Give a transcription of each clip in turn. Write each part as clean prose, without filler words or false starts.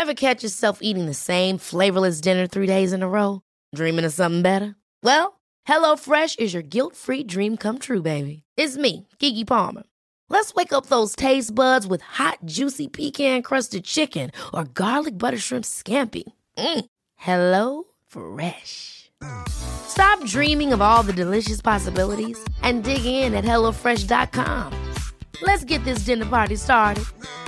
Ever catch yourself eating the same flavorless dinner 3 days in a row? Dreaming of something better? Well, HelloFresh is your guilt-free dream come true, baby. It's me, Keke Palmer. Let's wake up those taste buds with hot, juicy pecan-crusted chicken or garlic butter shrimp scampi. Hello Fresh. Stop dreaming of all the delicious possibilities and dig in at HelloFresh.com. Let's get this dinner party started.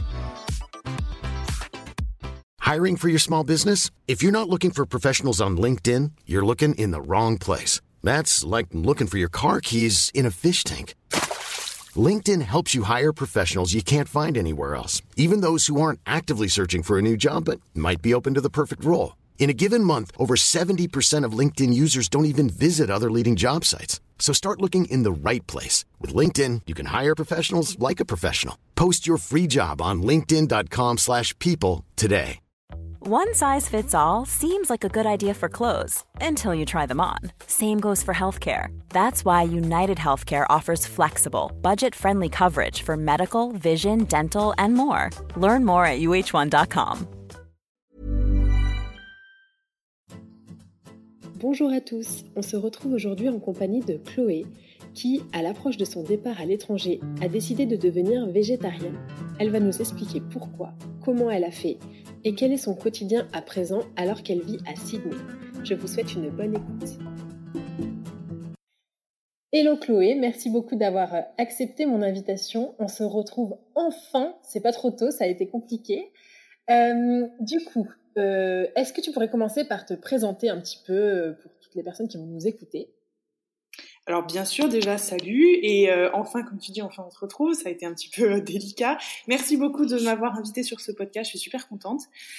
Hiring for your small business? If you're not looking for professionals on LinkedIn, you're looking in the wrong place. That's like looking for your car keys in a fish tank. LinkedIn helps you hire professionals you can't find anywhere else, even those who aren't actively searching for a new job but might be open to the perfect role. In a given month, over 70% of LinkedIn users don't even visit other leading job sites. So start looking in the right place. With LinkedIn, you can hire professionals like a professional. Post your free job on linkedin.com/people today. One size fits all seems like a good idea for clothes until you try them on. Same goes for healthcare. That's why United Healthcare offers flexible, budget-friendly coverage for medical, vision, dental, and more. Learn more at uh1.com. Bonjour à tous, on se retrouve aujourd'hui en compagnie de Chloé qui, à l'approche de son départ à l'étranger, a décidé de devenir végétarienne. Elle va nous expliquer pourquoi, comment elle a fait et quel est son quotidien à présent alors qu'elle vit à Sydney. Je vous souhaite une bonne écoute. Hello Chloé, merci beaucoup d'avoir accepté mon invitation. On se retrouve enfin, c'est pas trop tôt, ça a été compliqué. Est-ce que tu pourrais commencer par te présenter un petit peu pour toutes les personnes qui vont nous écouter ? Alors bien sûr, déjà salut et enfin, comme tu dis, enfin on se retrouve, ça a été un petit peu délicat. Merci beaucoup de m'avoir invitée sur ce podcast, je suis super contente.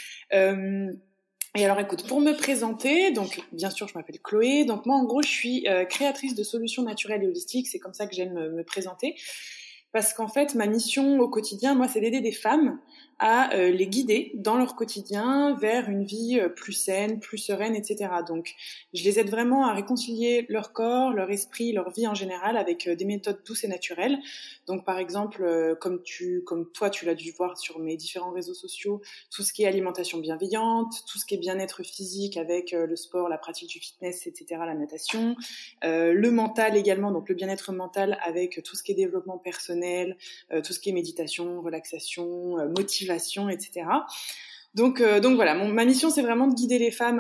Et alors écoute, pour me présenter, donc bien sûr je m'appelle Chloé, donc moi en gros je suis créatrice de solutions naturelles et holistiques, c'est comme ça que j'aime me présenter. Parce qu'en fait, ma mission au quotidien, moi, c'est d'aider des femmes à les guider dans leur quotidien vers une vie plus saine, plus sereine, etc. Donc, je les aide vraiment à réconcilier leur corps, leur esprit, leur vie en général avec des méthodes douces et naturelles. Donc, par exemple, comme toi, tu l'as dû voir sur mes différents réseaux sociaux, tout ce qui est alimentation bienveillante, tout ce qui est bien-être physique avec le sport, la pratique du fitness, etc., la natation, le mental également, donc le bien-être mental avec tout ce qui est développement personnel, tout ce qui est méditation, relaxation, motivation, etc. Donc voilà, ma mission c'est vraiment de guider les femmes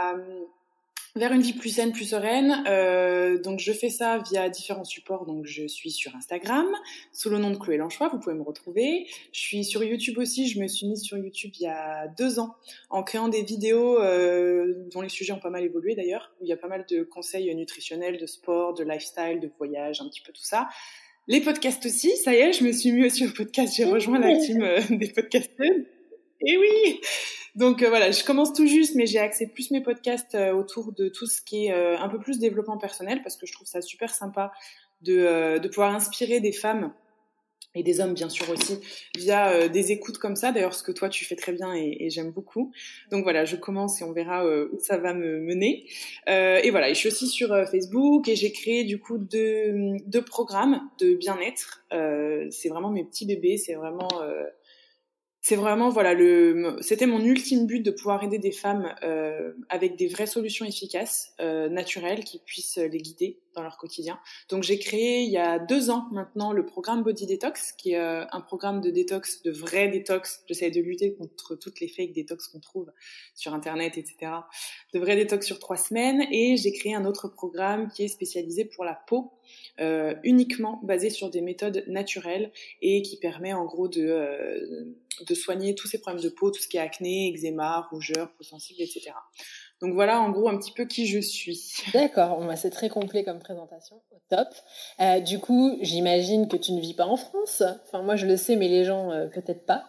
vers une vie plus saine, plus sereine. Donc je fais ça via différents supports. Donc je suis sur Instagram sous le nom de Chloé Lanchois, vous pouvez me retrouver. Je suis sur YouTube aussi, je me suis mise sur YouTube il y a 2 ans en créant des vidéos dont les sujets ont pas mal évolué d'ailleurs, où il y a pas mal de conseils nutritionnels, de sport, de lifestyle, de voyage, un petit peu tout ça. Les podcasts aussi, ça y est, je me suis mis aussi au podcast, j'ai rejoint la team des podcasteuses. Et oui. Donc voilà, je commence tout juste, mais j'ai axé plus mes podcasts autour de tout ce qui est un peu plus développement personnel, parce que je trouve ça super sympa de pouvoir inspirer des femmes et des hommes bien sûr aussi via des écoutes comme ça. D'ailleurs, ce que toi tu fais très bien et j'aime beaucoup. Donc voilà, je commence et on verra où ça va me mener. Et voilà, et je suis aussi sur Facebook et j'ai créé du coup deux programmes de bien-être. C'est vraiment mes petits bébés, c'est vraiment voilà c'était mon ultime but de pouvoir aider des femmes avec des vraies solutions efficaces, naturelles, qui puissent les guider dans leur quotidien. Donc j'ai créé il y a 2 ans maintenant le programme Body Detox, qui est un programme de détox, de vrai détox. J'essaie de lutter contre toutes les fake détox qu'on trouve sur internet, etc. De vrai détox sur 3 semaines. Et j'ai créé un autre programme qui est spécialisé pour la peau, uniquement basé sur des méthodes naturelles et qui permet en gros de soigner tous ces problèmes de peau, tout ce qui est acné, eczéma, rougeur, peau sensible, etc. Donc voilà en gros un petit peu qui je suis. D'accord, bon, c'est très complet comme présentation, au top. Du coup, j'imagine que tu ne vis pas en France. Enfin, moi je le sais, mais les gens peut-être pas.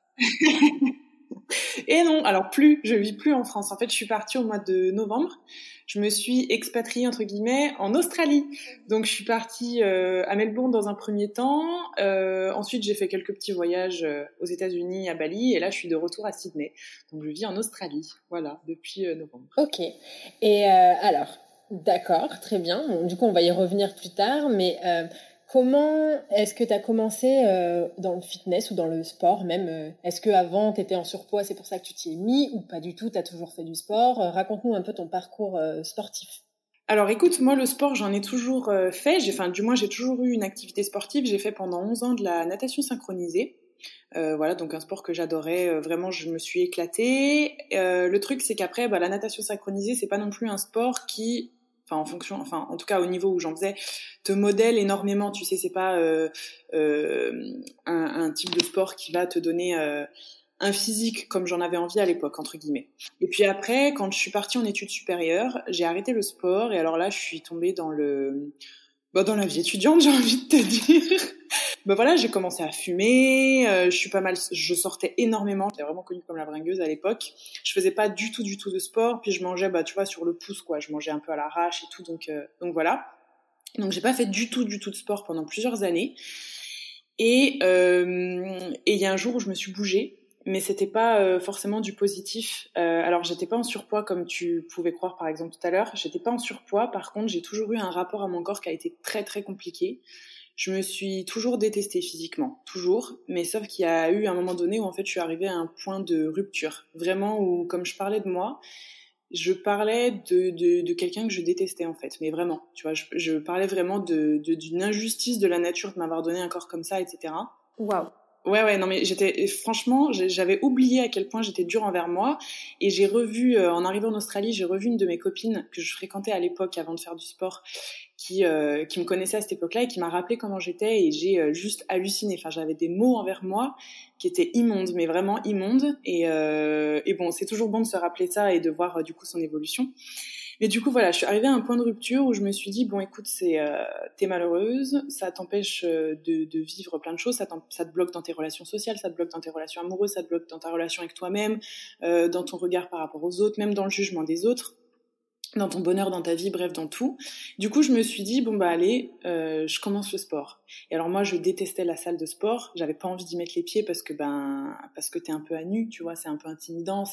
Et non, alors je vis plus en France. En fait, je suis partie au mois de novembre. Je me suis expatriée, entre guillemets, en Australie. Donc, je suis partie à Melbourne dans un premier temps. Ensuite, j'ai fait quelques petits voyages aux États-Unis, à Bali. Et là, je suis de retour à Sydney. Donc, je vis en Australie, voilà, depuis novembre. Ok. Et alors, d'accord, très bien. Bon, du coup, on va y revenir plus tard. Mais Comment est-ce que tu as commencé dans le fitness ou dans le sport même Est-ce qu'avant, tu étais en surpoids, c'est pour ça que tu t'y es mis ou pas du tout, tu as toujours fait du sport Raconte-nous un peu ton parcours sportif. Alors écoute, moi le sport j'en ai toujours fait, du moins j'ai toujours eu une activité sportive, j'ai fait pendant 11 ans de la natation synchronisée. Voilà, donc un sport que j'adorais, vraiment je me suis éclatée. Le truc c'est qu'après, la natation synchronisée c'est pas non plus un sport qui, en tout cas au niveau où j'en faisais, te modèle énormément, tu sais, c'est pas un type de sport qui va te donner un physique comme j'en avais envie à l'époque, entre guillemets. Et puis après, quand je suis partie en études supérieures, j'ai arrêté le sport et alors là, je suis tombée dans dans la vie étudiante, j'ai envie de te dire. Voilà, j'ai commencé à fumer, je sortais énormément, j'étais vraiment connue comme la bringueuse à l'époque. Je faisais pas du tout de sport, puis je mangeais, tu vois, sur le pouce, quoi. Je mangeais un peu à l'arrache et tout, donc voilà. Donc j'ai pas fait du tout de sport pendant plusieurs années. Et il y a un jour où je me suis bougée, mais c'était pas forcément du positif. Alors j'étais pas en surpoids comme tu pouvais croire par exemple tout à l'heure. J'étais pas en surpoids. Par contre, j'ai toujours eu un rapport à mon corps qui a été très très compliqué. Je me suis toujours détestée physiquement, toujours. Mais sauf qu'il y a eu un moment donné où en fait je suis arrivée à un point de rupture, vraiment où comme je parlais de moi, je parlais de quelqu'un que je détestais en fait, mais vraiment, tu vois, je parlais vraiment d'une injustice de la nature de m'avoir donné un corps comme ça, etc. Waouh. Ouais, non mais j'avais oublié à quel point j'étais dure envers moi et j'ai revu, en arrivant en Australie, j'ai revu une de mes copines que je fréquentais à l'époque avant de faire du sport, qui me connaissait à cette époque-là et qui m'a rappelé comment j'étais et j'ai juste halluciné. Enfin, j'avais des mots envers moi qui étaient immondes, mais vraiment immondes et bon, c'est toujours bon de se rappeler ça et de voir du coup son évolution. Mais du coup, voilà, je suis arrivée à un point de rupture où je me suis dit, bon, écoute, t'es malheureuse, ça t'empêche de vivre plein de choses, ça te bloque dans tes relations sociales, ça te bloque dans tes relations amoureuses, ça te bloque dans ta relation avec toi-même, dans ton regard par rapport aux autres, même dans le jugement des autres, dans ton bonheur, dans ta vie, bref, dans tout. Du coup, je me suis dit, allez, je commence le sport. Et alors moi, je détestais la salle de sport, j'avais pas envie d'y mettre les pieds parce que t'es un peu à nu, tu vois, c'est un peu intimidant,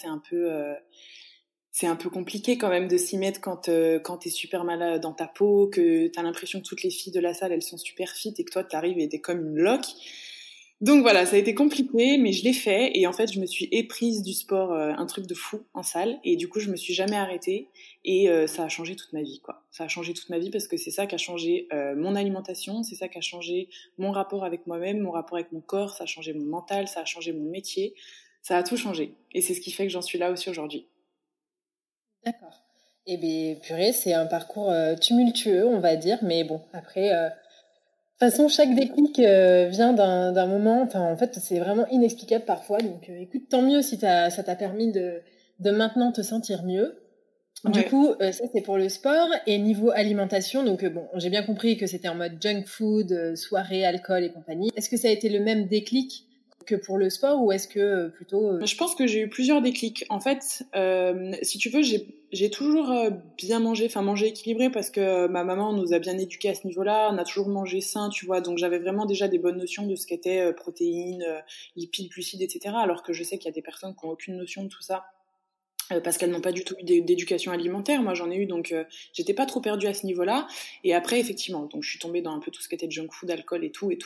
c'est un peu compliqué quand même de s'y mettre quand t'es super mal dans ta peau, que t'as l'impression que toutes les filles de la salle, elles sont super fit et que toi, t'arrives et t'es comme une loque. Donc voilà, ça a été compliqué, mais je l'ai fait. Et en fait, je me suis éprise du sport, un truc de fou en salle. Et du coup, je me suis jamais arrêtée. Et ça a changé toute ma vie, quoi. Ça a changé toute ma vie parce que c'est ça qui a changé mon alimentation, c'est ça qui a changé mon rapport avec moi-même, mon rapport avec mon corps, ça a changé mon mental, ça a changé mon métier. Ça a tout changé. Et c'est ce qui fait que j'en suis là aussi aujourd'hui. D'accord. Eh bien, purée, c'est un parcours tumultueux, on va dire, mais bon, après, de toute façon, chaque déclic vient d'un moment, enfin, en fait, c'est vraiment inexplicable parfois, donc écoute, tant mieux si ça t'a permis de maintenant te sentir mieux. Du Ouais. coup, ça, c'est pour le sport, et niveau alimentation, donc bon, j'ai bien compris que c'était en mode junk food, soirée, alcool et compagnie. Est-ce que ça a été le même déclic que pour le sport, ou est-ce que plutôt... Je pense que j'ai eu plusieurs déclics. En fait, si tu veux, j'ai toujours bien mangé, enfin mangé équilibré parce que ma maman nous a bien éduqués à ce niveau-là. On a toujours mangé sain, tu vois. Donc j'avais vraiment déjà des bonnes notions de ce qu'étaient protéines, lipides, glucides, etc. Alors que je sais qu'il y a des personnes qui n'ont aucune notion de tout ça. Parce qu'elles n'ont pas du tout eu d'éducation alimentaire. Moi, j'en ai eu, donc j'étais pas trop perdue à ce niveau-là. Et après, effectivement, donc je suis tombée dans un peu tout ce qui était junk food, alcool et tout.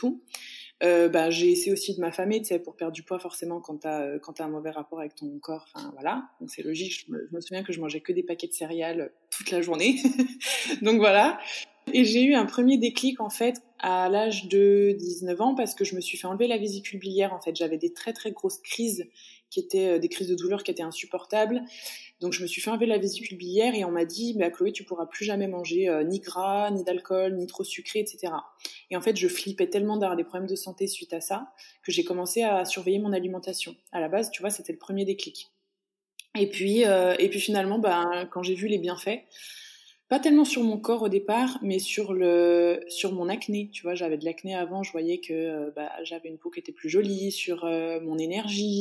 J'ai essayé aussi de m'affamer, tu sais, pour perdre du poids forcément quand t'as un mauvais rapport avec ton corps. Enfin voilà, donc c'est logique. Je me souviens que je mangeais que des paquets de céréales toute la journée. Donc voilà. Et j'ai eu un premier déclic en fait à l'âge de 19 ans parce que je me suis fait enlever la vésicule biliaire. En fait, j'avais des très très grosses crises qui étaient des crises de douleur qui étaient insupportables. Donc je me suis fait enlever la vésicule biliaire et on m'a dit Chloé, tu pourras plus jamais manger ni gras, ni d'alcool, ni trop sucré, etc. Et en fait, je flippais tellement d'avoir des problèmes de santé suite à ça que j'ai commencé à surveiller mon alimentation. À la base, tu vois, c'était le premier déclic. Et puis finalement, quand j'ai vu les bienfaits, pas tellement sur mon corps au départ, mais sur mon acné. Tu vois, j'avais de l'acné avant, je voyais que j'avais une peau qui était plus jolie, sur mon énergie,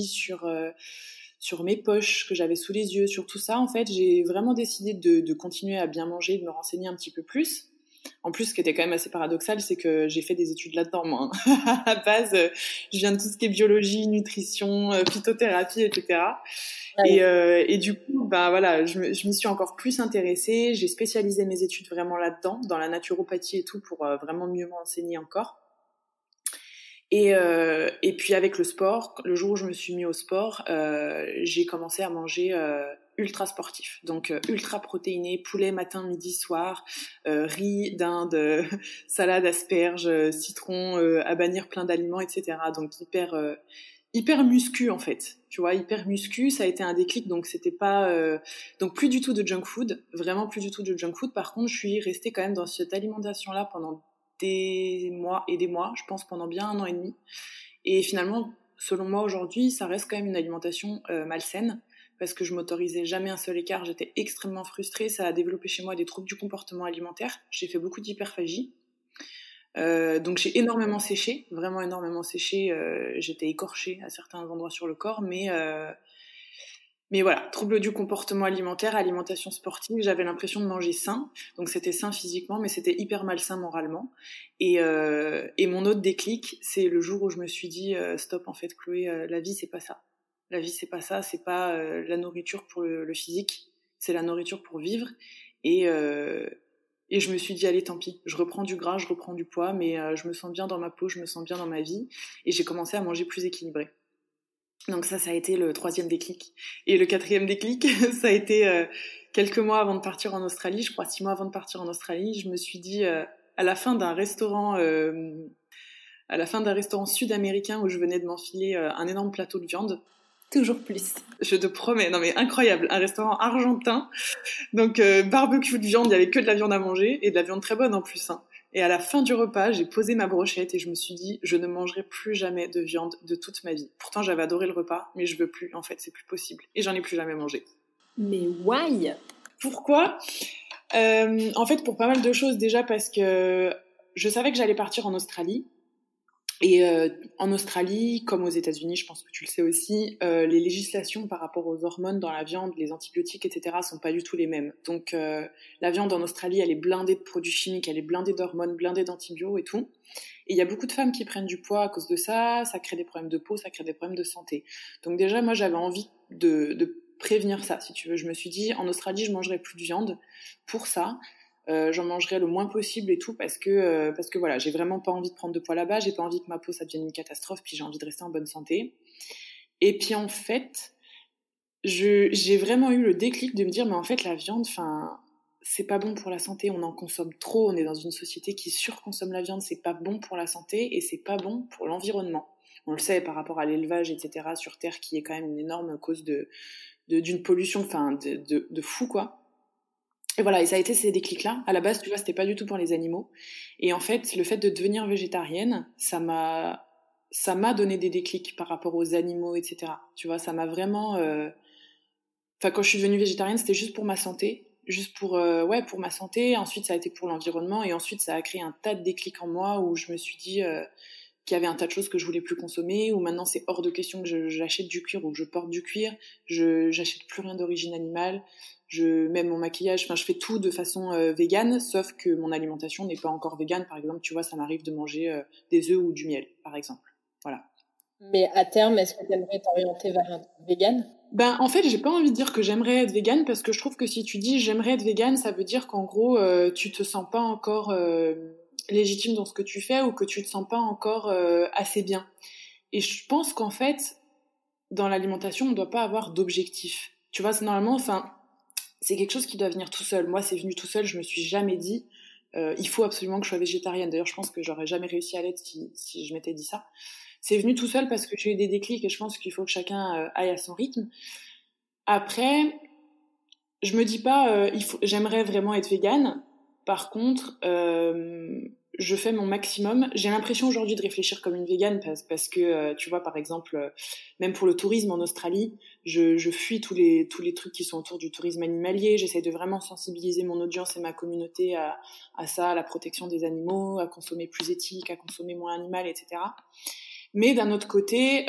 sur mes poches que j'avais sous les yeux, sur tout ça. En fait, j'ai vraiment décidé de continuer à bien manger, de me renseigner un petit peu plus. En plus, ce qui était quand même assez paradoxal, c'est que j'ai fait des études là-dedans, moi. À la base, je viens de tout ce qui est biologie, nutrition, phytothérapie, etc. Et du coup, bah voilà, je m'y suis encore plus intéressée. J'ai spécialisé mes études vraiment là-dedans, dans la naturopathie et tout, pour vraiment mieux m'enseigner encore. Et puis avec le sport, le jour où je me suis mis au sport, j'ai commencé à manger ultra sportif, donc ultra protéiné, poulet matin, midi, soir, riz, dinde, salade, asperges, citron, à bannir plein d'aliments, etc. Donc hyper muscu en fait, tu vois, hyper muscu. Ça a été un déclic, donc c'était pas donc plus du tout de junk food, vraiment plus du tout de junk food. Par contre, je suis restée quand même dans cette alimentation là pendant des mois et des mois, je pense pendant bien 1 an et demi. Et finalement, selon moi aujourd'hui, ça reste quand même une alimentation malsaine, parce que je m'autorisais jamais un seul écart, j'étais extrêmement frustrée, ça a développé chez moi des troubles du comportement alimentaire, j'ai fait beaucoup d'hyperphagie, donc j'ai énormément séché, vraiment énormément séché, j'étais écorchée à certains endroits sur le corps, mais voilà, trouble du comportement alimentaire, alimentation sportive, j'avais l'impression de manger sain, donc c'était sain physiquement, mais c'était hyper malsain moralement. Et mon autre déclic, c'est le jour où je me suis dit stop, en fait, Chloé, la vie c'est pas ça. La vie c'est pas ça, c'est pas la nourriture pour le physique, c'est la nourriture pour vivre. Et je me suis dit allez, tant pis, je reprends du gras, je reprends du poids, mais je me sens bien dans ma peau, je me sens bien dans ma vie, et j'ai commencé à manger plus équilibré. Donc ça a été le 3e déclic. Et le 4e déclic, ça a été quelques mois avant de partir en Australie, je crois 6 mois avant de partir en Australie, je me suis dit, à la fin d'un restaurant sud-américain où je venais de m'enfiler un énorme plateau de viande. Toujours plus. Je te promets, non mais incroyable, un restaurant argentin, donc barbecue de viande, il y avait que de la viande à manger, et de la viande très bonne en plus, hein. Et à la fin du repas, j'ai posé ma brochette et je me suis dit, je ne mangerai plus jamais de viande de toute ma vie. Pourtant, j'avais adoré le repas, mais je veux plus. En fait, c'est plus possible. Et j'en ai plus jamais mangé. Mais why ? Pourquoi ? En fait, pour pas mal de choses. Déjà parce que je savais que j'allais partir en Australie. Et en Australie, comme aux États-Unis, je pense que tu le sais aussi, les législations par rapport aux hormones dans la viande, les antibiotiques, etc., sont pas du tout les mêmes. Donc la viande en Australie, elle est blindée de produits chimiques, elle est blindée d'hormones, blindée d'antibiotiques et tout. Et il y a beaucoup de femmes qui prennent du poids à cause de ça, ça crée des problèmes de peau, ça crée des problèmes de santé. Donc déjà, moi, j'avais envie de prévenir ça, si tu veux. Je me suis dit, en Australie, je mangerai plus de viande pour ça. J'en mangerai le moins possible et tout parce que voilà, j'ai vraiment pas envie de prendre de poids là-bas, j'ai pas envie que ma peau ça devienne une catastrophe, puis j'ai envie de rester en bonne santé. Et puis en fait, j'ai vraiment eu le déclic de me dire mais en fait la viande, c'est pas bon pour la santé, on en consomme trop, on est dans une société qui surconsomme la viande, c'est pas bon pour la santé et c'est pas bon pour l'environnement. On le sait par rapport à l'élevage, etc. sur Terre qui est quand même une énorme cause d'une pollution, de fou quoi. Et voilà, et ça a été ces déclics-là. À la base, tu vois, c'était pas du tout pour les animaux. Et en fait, le fait de devenir végétarienne, ça m'a donné des déclics par rapport aux animaux, etc. Tu vois, ça m'a vraiment... quand je suis devenue végétarienne, c'était juste pour ma santé. Juste pour ma santé. Ensuite, ça a été pour l'environnement. Et ensuite, ça a créé un tas de déclics en moi où je me suis dit qu'il y avait un tas de choses que je voulais plus consommer, où maintenant, c'est hors de question que j'achète du cuir ou que je porte du cuir. J'achète plus rien d'origine animale. Même mon maquillage, je fais tout de façon végane, sauf que mon alimentation n'est pas encore végane. Par exemple, tu vois, ça m'arrive de manger des œufs ou du miel, par exemple. Voilà. Mais à terme, est-ce que tu aimerais t'orienter vers un végane ? En fait, j'ai pas envie de dire que j'aimerais être végane, parce que je trouve que si tu dis j'aimerais être végane, ça veut dire qu'en gros, tu te sens pas encore légitime dans ce que tu fais, ou que tu te sens pas encore assez bien. Et je pense qu'en fait, dans l'alimentation, on doit pas avoir d'objectif. Tu vois, c'est normalement, c'est quelque chose qui doit venir tout seul. Moi, c'est venu tout seul. Je me suis jamais dit il faut absolument que je sois végétarienne. D'ailleurs, je pense que j'aurais jamais réussi à l'être si je m'étais dit ça. C'est venu tout seul parce que j'ai eu des déclics et je pense qu'il faut que chacun aille à son rythme. Après, je me dis pas j'aimerais vraiment être végane. Par contre, je fais mon maximum. J'ai l'impression aujourd'hui de réfléchir comme une végane parce que, tu vois, par exemple, même pour le tourisme en Australie, je fuis tous les trucs qui sont autour du tourisme animalier. J'essaie de vraiment sensibiliser mon audience et ma communauté à ça, à la protection des animaux, à consommer plus éthique, à consommer moins animal, etc. Mais d'un autre côté,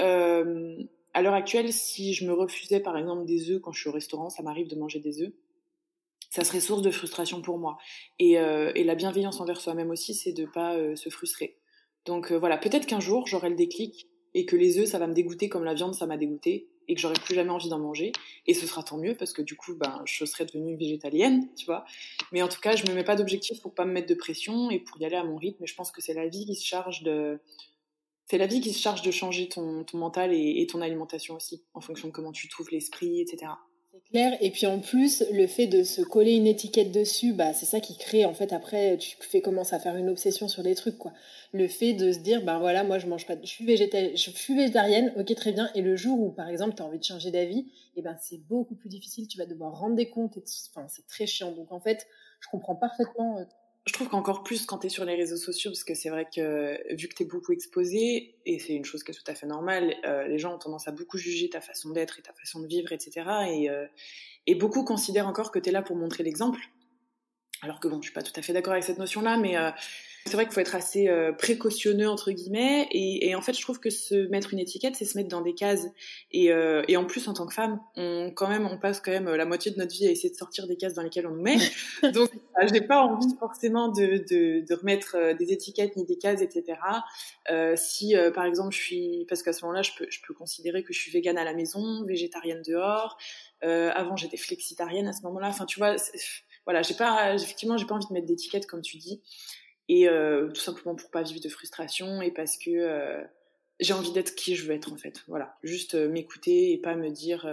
à l'heure actuelle, si je me refusais par exemple des œufs quand je suis au restaurant, ça m'arrive de manger des œufs. ça serait source de frustration pour moi. Et la bienveillance envers soi-même aussi, c'est de pas se frustrer. Donc voilà, peut-être qu'un jour, j'aurai le déclic et que les œufs, ça va me dégoûter comme la viande, ça m'a dégoûté et que j'aurai plus jamais envie d'en manger. Et ce sera tant mieux parce que du coup, je serai devenue végétalienne, tu vois. Mais en tout cas, je me mets pas d'objectif pour pas me mettre de pression et pour y aller à mon rythme. Et je pense que c'est la vie qui se charge de changer ton mental et ton alimentation aussi, en fonction de comment tu t'ouvres l'esprit, etc. C'est clair. Et puis en plus, le fait de se coller une étiquette dessus, c'est ça qui crée, en fait, après, commences à faire une obsession sur des trucs, quoi. Le fait de se dire, voilà, moi, je mange pas, je suis végétarienne, ok, très bien. Et le jour où, par exemple, tu as envie de changer d'avis, c'est beaucoup plus difficile. Tu vas devoir rendre des comptes. C'est très chiant. Donc, en fait, je comprends parfaitement. Je trouve qu'encore plus quand t'es sur les réseaux sociaux, parce que c'est vrai que vu que t'es beaucoup exposé, et c'est une chose qui est tout à fait normale, les gens ont tendance à beaucoup juger ta façon d'être et ta façon de vivre, etc. Et beaucoup considèrent encore que t'es là pour montrer l'exemple. Alors que bon, je suis pas tout à fait d'accord avec cette notion-là, mais c'est vrai qu'il faut être assez précautionneux entre guillemets. Et en fait, je trouve que se mettre une étiquette, c'est se mettre dans des cases. Et en plus, en tant que femme, on passe quand même la moitié de notre vie à essayer de sortir des cases dans lesquelles on nous met. Donc, j'ai pas envie forcément de remettre des étiquettes ni des cases, etc. Si par exemple, parce qu'à ce moment-là, je peux considérer que je suis végane à la maison, végétarienne dehors. Avant, j'étais flexitarienne à ce moment-là. Enfin, tu vois. Voilà, effectivement, j'ai pas envie de mettre d'étiquette comme tu dis, et tout simplement pour pas vivre de frustration et parce que j'ai envie d'être qui je veux être en fait. Voilà, juste m'écouter et pas me dire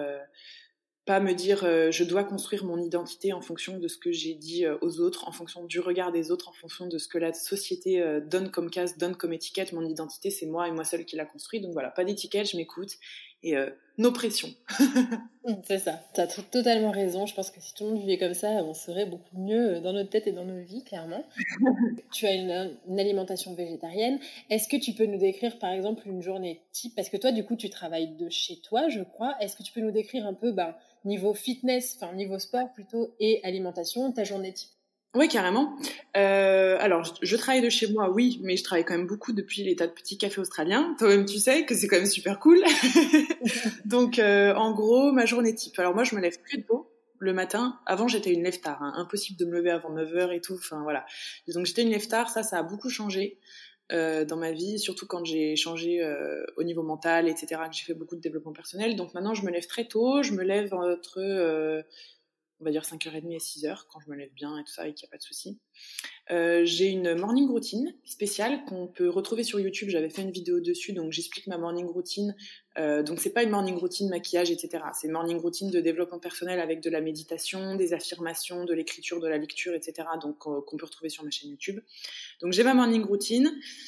je dois construire mon identité en fonction de ce que j'ai dit aux autres, en fonction du regard des autres, en fonction de ce que la société donne comme case, donne comme étiquette. Mon identité, c'est moi et moi seule qui l'a construit. Donc voilà, pas d'étiquette, je m'écoute et no pression. C'est ça, t'as totalement raison. Je pense que si tout le monde vivait comme ça, on serait beaucoup mieux dans notre tête et dans nos vies, clairement. Tu as une alimentation végétarienne. Est-ce que tu peux nous décrire, par exemple, une journée type? Parce que toi, du coup, tu travailles de chez toi, je crois. Est-ce que tu peux nous décrire un peu, niveau fitness, enfin niveau sport plutôt, et alimentation, ta journée type? Oui, carrément. Alors, je travaille de chez moi, oui, mais je travaille quand même beaucoup depuis les tas de petits cafés australiens. Toi-même, tu sais que c'est quand même super cool. Donc, en gros, ma journée type. Alors moi, je me lève très tôt le matin. Avant, j'étais une lève-tard. Impossible de me lever avant 9h et tout. Enfin, voilà. Donc, j'étais une lève-tard. Ça a beaucoup changé dans ma vie, surtout quand j'ai changé au niveau mental, etc., que j'ai fait beaucoup de développement personnel. Donc, maintenant, je me lève très tôt. Je me lève entre... on va dire 5h30 et 6h, quand je me lève bien et tout ça, et qu'il n'y a pas de souci. J'ai une morning routine spéciale qu'on peut retrouver sur YouTube. J'avais fait une vidéo dessus, donc j'explique ma morning routine. Donc c'est pas une morning routine maquillage, etc. C'est une morning routine de développement personnel avec de la méditation, des affirmations, de l'écriture, de la lecture, etc. Donc qu'on peut retrouver sur ma chaîne YouTube. Donc j'ai ma morning routine.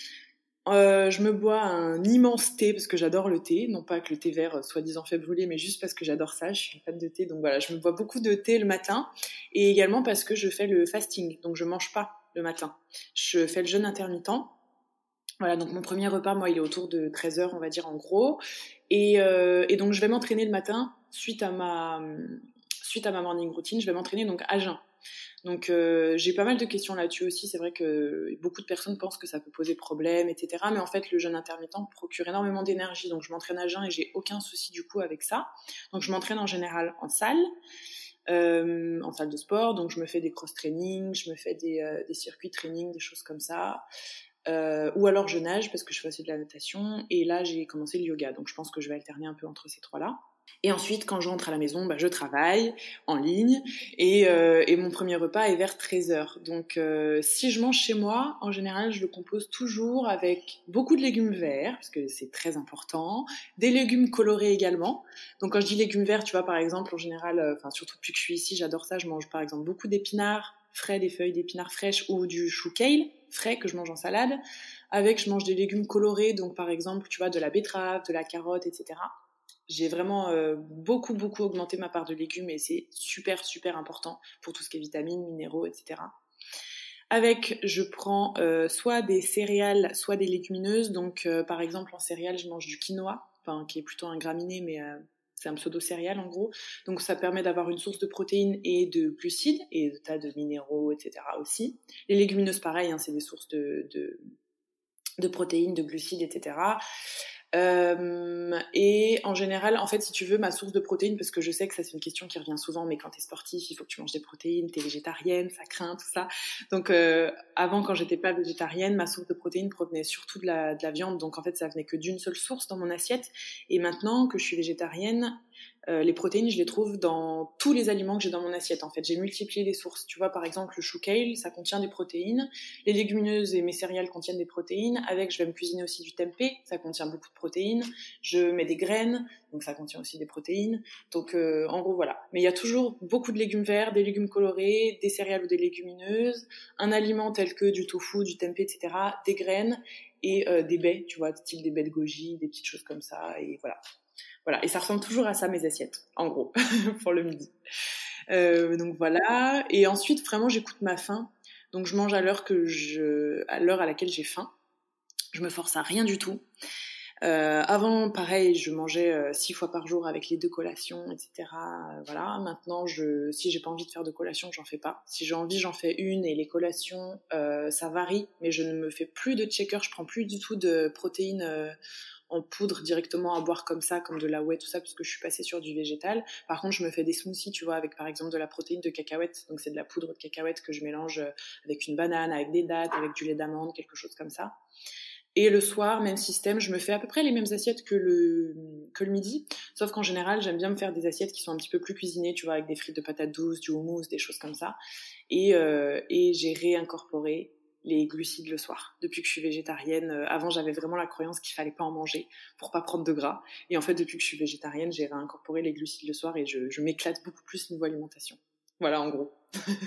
Je me bois un immense thé parce que j'adore le thé, non pas que le thé vert soi-disant fait brûler, mais juste parce que j'adore ça, je suis une fan de thé, donc voilà, je me bois beaucoup de thé le matin, et également parce que je fais le fasting, donc je mange pas le matin, je fais le jeûne intermittent. Voilà, donc mon premier repas, moi, il est autour de 13h, on va dire en gros, et donc je vais m'entraîner le matin suite à ma morning routine, je vais m'entraîner donc à jeun. Donc j'ai pas mal de questions là-dessus aussi. C'est vrai que beaucoup de personnes pensent que ça peut poser problème, etc. Mais en fait, le jeûne intermittent procure énormément d'énergie. Donc je m'entraîne à jeun et j'ai aucun souci du coup avec ça. Donc je m'entraîne en général en salle de sport. Donc je me fais des cross-training, je me fais des circuits training, des choses comme ça. Ou alors je nage parce que je fais aussi de la natation. Et là, j'ai commencé le yoga. Donc je pense que je vais alterner un peu entre ces trois-là. Et ensuite, quand je rentre à la maison, je travaille en ligne et mon premier repas est vers 13h. Donc, si je mange chez moi, en général, je le compose toujours avec beaucoup de légumes verts, parce que c'est très important, des légumes colorés également. Donc, quand je dis légumes verts, tu vois, par exemple, en général, surtout depuis que je suis ici, j'adore ça, je mange par exemple beaucoup d'épinards frais, des feuilles d'épinards fraîches ou du chou kale frais que je mange en salade. Je mange des légumes colorés, donc par exemple, tu vois, de la betterave, de la carotte, etc. J'ai vraiment beaucoup augmenté ma part de légumes et c'est super important pour tout ce qui est vitamines, minéraux, etc. Je prends soit des céréales, soit des légumineuses. Donc par exemple en céréales, je mange du quinoa, qui est plutôt un graminé, mais c'est un pseudo-céréale en gros. Donc ça permet d'avoir une source de protéines et de glucides et de tas de minéraux, etc. aussi. Les légumineuses, pareil, c'est des sources de protéines, de glucides, etc. Et en général, en fait, si tu veux, ma source de protéines, parce que je sais que ça c'est une question qui revient souvent, mais quand t'es sportif, il faut que tu manges des protéines, t'es végétarienne, ça craint, tout ça. Donc avant, quand j'étais pas végétarienne, ma source de protéines provenait surtout de la viande, donc en fait ça venait que d'une seule source dans mon assiette. Et maintenant que je suis végétarienne, les protéines, je les trouve dans tous les aliments que j'ai dans mon assiette. En fait, j'ai multiplié les sources. Tu vois, par exemple, le chou kale, ça contient des protéines. Les légumineuses et mes céréales contiennent des protéines. Avec, je vais me cuisiner aussi du tempeh, ça contient beaucoup de protéines. Je mets des graines, donc ça contient aussi des protéines. Donc, en gros, voilà. Mais il y a toujours beaucoup de légumes verts, des légumes colorés, des céréales ou des légumineuses, un aliment tel que du tofu, du tempeh, etc., des graines et des baies, tu vois, style des baies de goji, des petites choses comme ça, et voilà. Voilà, et ça ressemble toujours à ça, mes assiettes, en gros, pour le midi. Donc voilà, et ensuite, vraiment, j'écoute ma faim. Donc je mange à l'heure à laquelle j'ai faim. Je me force à rien du tout. Avant, pareil, je mangeais 6 fois par jour avec les 2 collations, etc. Voilà. Maintenant, si j'ai pas envie de faire de collation, j'en fais pas. Si j'ai envie, j'en fais une, et les collations, ça varie, mais je ne me fais plus de shaker, je prends plus du tout de protéines en poudre directement à boire comme ça, comme de la whey, tout ça, parce que je suis passée sur du végétal. Par contre, je me fais des smoothies, tu vois, avec par exemple de la protéine de cacahuète. Donc c'est de la poudre de cacahuète que je mélange avec une banane, avec des dattes, avec du lait d'amande, quelque chose comme ça. Et le soir, même système, je me fais à peu près les mêmes assiettes que le midi, sauf qu'en général, j'aime bien me faire des assiettes qui sont un petit peu plus cuisinées, tu vois, avec des frites de patates douces, du houmous, des choses comme ça. Et j'ai réincorporé les glucides le soir. Depuis que je suis végétarienne, avant j'avais vraiment la croyance qu'il fallait pas en manger pour pas prendre de gras. Et en fait, depuis que je suis végétarienne, j'ai réincorporé les glucides le soir et je m'éclate beaucoup plus niveau alimentation. Voilà, en gros.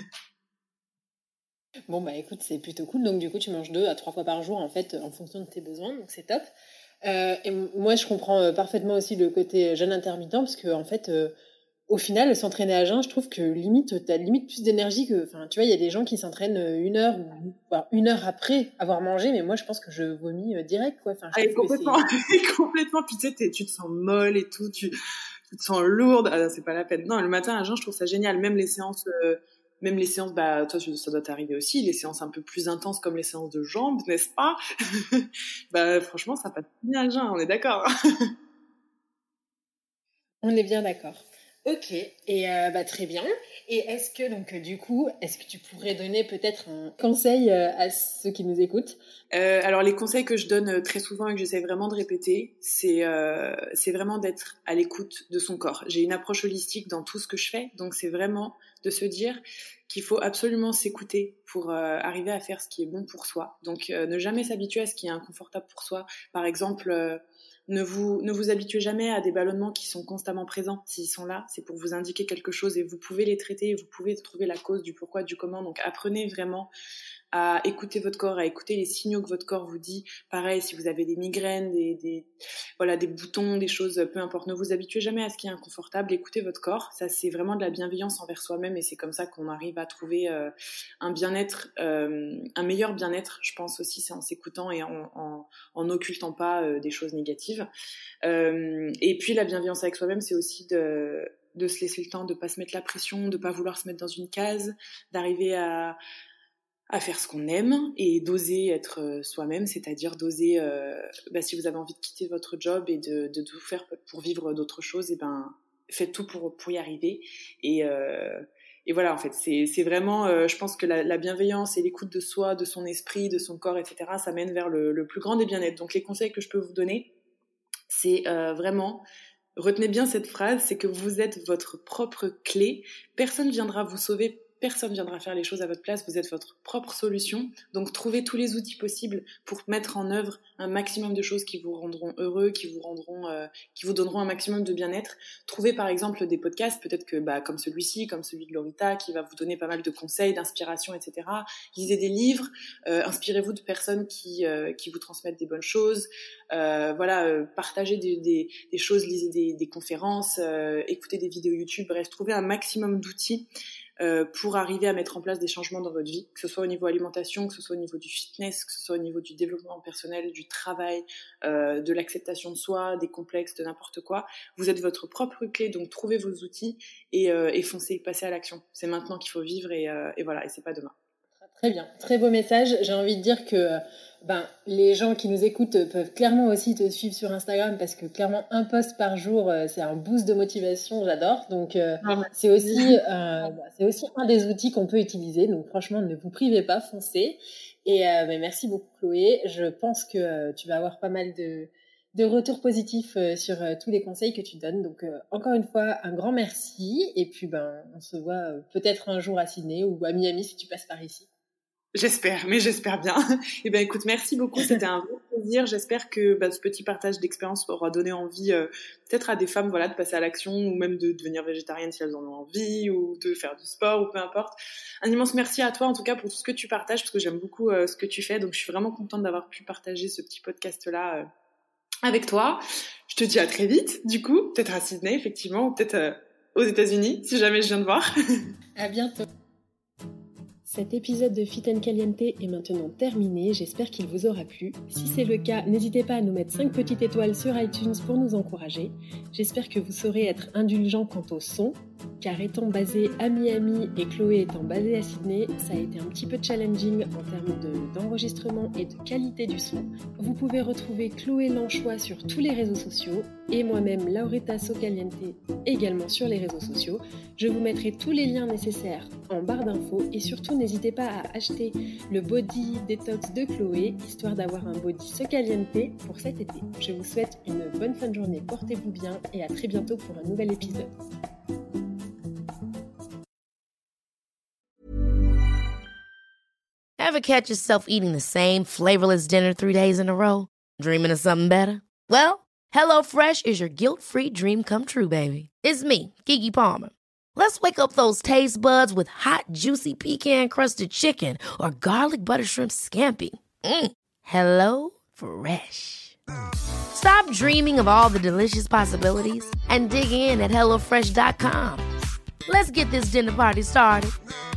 Bon, bah écoute, c'est plutôt cool. Donc, du coup, tu manges 2 à 3 fois par jour, en fait, en fonction de tes besoins. Donc, c'est top. Et moi, je comprends parfaitement aussi le côté jeûne intermittent, parce que, en fait, au final, s'entraîner à jeun, je trouve que limite, t'as limite plus d'énergie que. Enfin, tu vois, il y a des gens qui s'entraînent 1 heure ou voire 1 heure après avoir mangé, mais moi, je pense que je vomis direct, quoi. Enfin, je trouve complètement. Complètement. Puis tu sais, tu te sens molle et tout, tu te sens lourde. Ah, c'est pas la peine. Non, le matin à jeun, je trouve ça génial. Même les séances, bah, toi, ça doit t'arriver aussi, les séances un peu plus intenses comme les séances de jambes, n'est-ce pas? Bah, franchement, ça passe bien à jeun, on est d'accord. On est bien d'accord. Ok, et bah, très bien. Et est-ce que, donc, du coup, est-ce que tu pourrais donner peut-être un conseil à ceux qui nous écoutent? Alors, les conseils que je donne très souvent et que j'essaie vraiment de répéter, c'est vraiment d'être à l'écoute de son corps. J'ai une approche holistique dans tout ce que je fais, donc c'est vraiment de se dire qu'il faut absolument s'écouter pour arriver à faire ce qui est bon pour soi. Donc, ne jamais s'habituer à ce qui est inconfortable pour soi. Par exemple, ne vous habituez jamais à des ballonnements qui sont constamment présents. S'ils sont là, c'est pour vous indiquer quelque chose et vous pouvez les traiter, vous pouvez trouver la cause du pourquoi, du comment. Donc apprenez vraiment à écouter votre corps, à écouter les signaux que votre corps vous dit. Pareil, si vous avez des migraines, des boutons, des choses, peu importe, ne vous habituez jamais à ce qui est inconfortable, écoutez votre corps. Ça, c'est vraiment de la bienveillance envers soi-même et c'est comme ça qu'on arrive à trouver un bien-être, un meilleur bien-être, je pense aussi, c'est en s'écoutant et en occultant pas des choses négatives. Et puis la bienveillance avec soi-même, c'est aussi de se laisser le temps, de pas se mettre la pression, de pas vouloir se mettre dans une case, d'arriver à faire ce qu'on aime et d'oser être soi-même, c'est-à-dire d'oser, si vous avez envie de quitter votre job et de tout faire pour vivre d'autres choses, et ben faites tout pour y arriver. Et voilà, en fait, c'est vraiment, je pense que la bienveillance et l'écoute de soi, de son esprit, de son corps, etc., ça mène vers le plus grand des bien-être. Donc les conseils que je peux vous donner, c'est vraiment, retenez bien cette phrase, c'est que vous êtes votre propre clé, personne viendra vous sauver, personne viendra faire les choses à votre place, vous êtes votre propre solution. Donc trouvez tous les outils possibles pour mettre en œuvre un maximum de choses qui vous rendront heureux, qui vous donneront un maximum de bien-être. Trouvez par exemple des podcasts, peut-être que comme celui-ci, comme celui de Lorita, qui va vous donner pas mal de conseils, d'inspiration, etc. Lisez des livres, inspirez-vous de personnes qui vous transmettent des bonnes choses. Partagez des choses, lisez des conférences, écoutez des vidéos YouTube, bref, trouvez un maximum d'outils pour arriver à mettre en place des changements dans votre vie, que ce soit au niveau alimentation, que ce soit au niveau du fitness, que ce soit au niveau du développement personnel, du travail, de l'acceptation de soi, des complexes, de n'importe quoi. Vous êtes votre propre clé, donc trouvez vos outils et foncez, passez à l'action. C'est maintenant qu'il faut vivre et voilà, et c'est pas demain. Très bien, très beau message. J'ai envie de dire que les gens qui nous écoutent peuvent clairement aussi te suivre sur Instagram parce que clairement un post par jour, c'est un boost de motivation, j'adore. Donc c'est aussi un des outils qu'on peut utiliser. Donc franchement, ne vous privez pas, foncez. Et merci beaucoup Chloé. Je pense que tu vas avoir pas mal de retours positifs sur tous les conseils que tu donnes. Donc encore une fois, un grand merci. Et puis on se voit peut-être un jour à Sydney ou à Miami si tu passes par ici. J'espère bien. Eh ben, écoute, merci beaucoup. C'était un vrai plaisir. J'espère que ce petit partage d'expérience aura donné envie, peut-être à des femmes, de passer à l'action ou même de devenir végétarienne si elles en ont envie ou de faire du sport ou peu importe. Un immense merci à toi, en tout cas, pour tout ce que tu partages parce que j'aime beaucoup ce que tu fais. Donc, je suis vraiment contente d'avoir pu partager ce petit podcast-là avec toi. Je te dis à très vite, du coup, peut-être à Sydney, effectivement, ou peut-être aux États-Unis, si jamais je viens de voir. À bientôt. Cet épisode de Fit & Caliente est maintenant terminé, j'espère qu'il vous aura plu. Si c'est le cas, n'hésitez pas à nous mettre 5 petites étoiles sur iTunes pour nous encourager. J'espère que vous saurez être indulgents quant au son, car étant basée à Miami et Chloé étant basée à Sydney, ça a été un petit peu challenging en termes d'enregistrement et de qualité du son. Vous pouvez retrouver Chloé Lanchois sur tous les réseaux sociaux et moi-même Lauretta Socaliente également sur les réseaux sociaux. Je vous mettrai tous les liens nécessaires en barre d'infos et surtout n'hésitez pas à acheter le Body Detox de Chloé, histoire d'avoir un body Socaliente pour cet été. Je vous souhaite une bonne fin de journée, portez-vous bien et à très bientôt pour un nouvel épisode. Ever catch yourself eating the same flavorless dinner 3 days in a row? Dreaming of something better? Well, HelloFresh is your guilt-free dream come true, baby. It's me, Keke Palmer. Let's wake up those taste buds with hot, juicy pecan-crusted chicken or garlic butter shrimp scampi. Hello Fresh. Stop dreaming of all the delicious possibilities and dig in at HelloFresh.com. Let's get this dinner party started.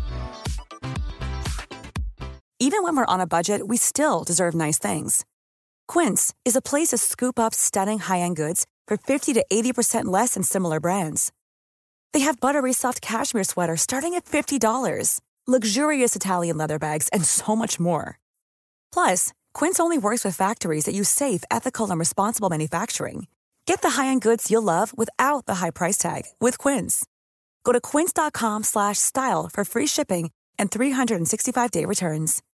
Even when we're on a budget, we still deserve nice things. Quince is a place to scoop up stunning high-end goods for 50 to 80% less than similar brands. They have buttery soft cashmere sweaters starting at $50, luxurious Italian leather bags, and so much more. Plus, Quince only works with factories that use safe, ethical, and responsible manufacturing. Get the high-end goods you'll love without the high price tag with Quince. Go to quince.com/style for free shipping and 365-day returns.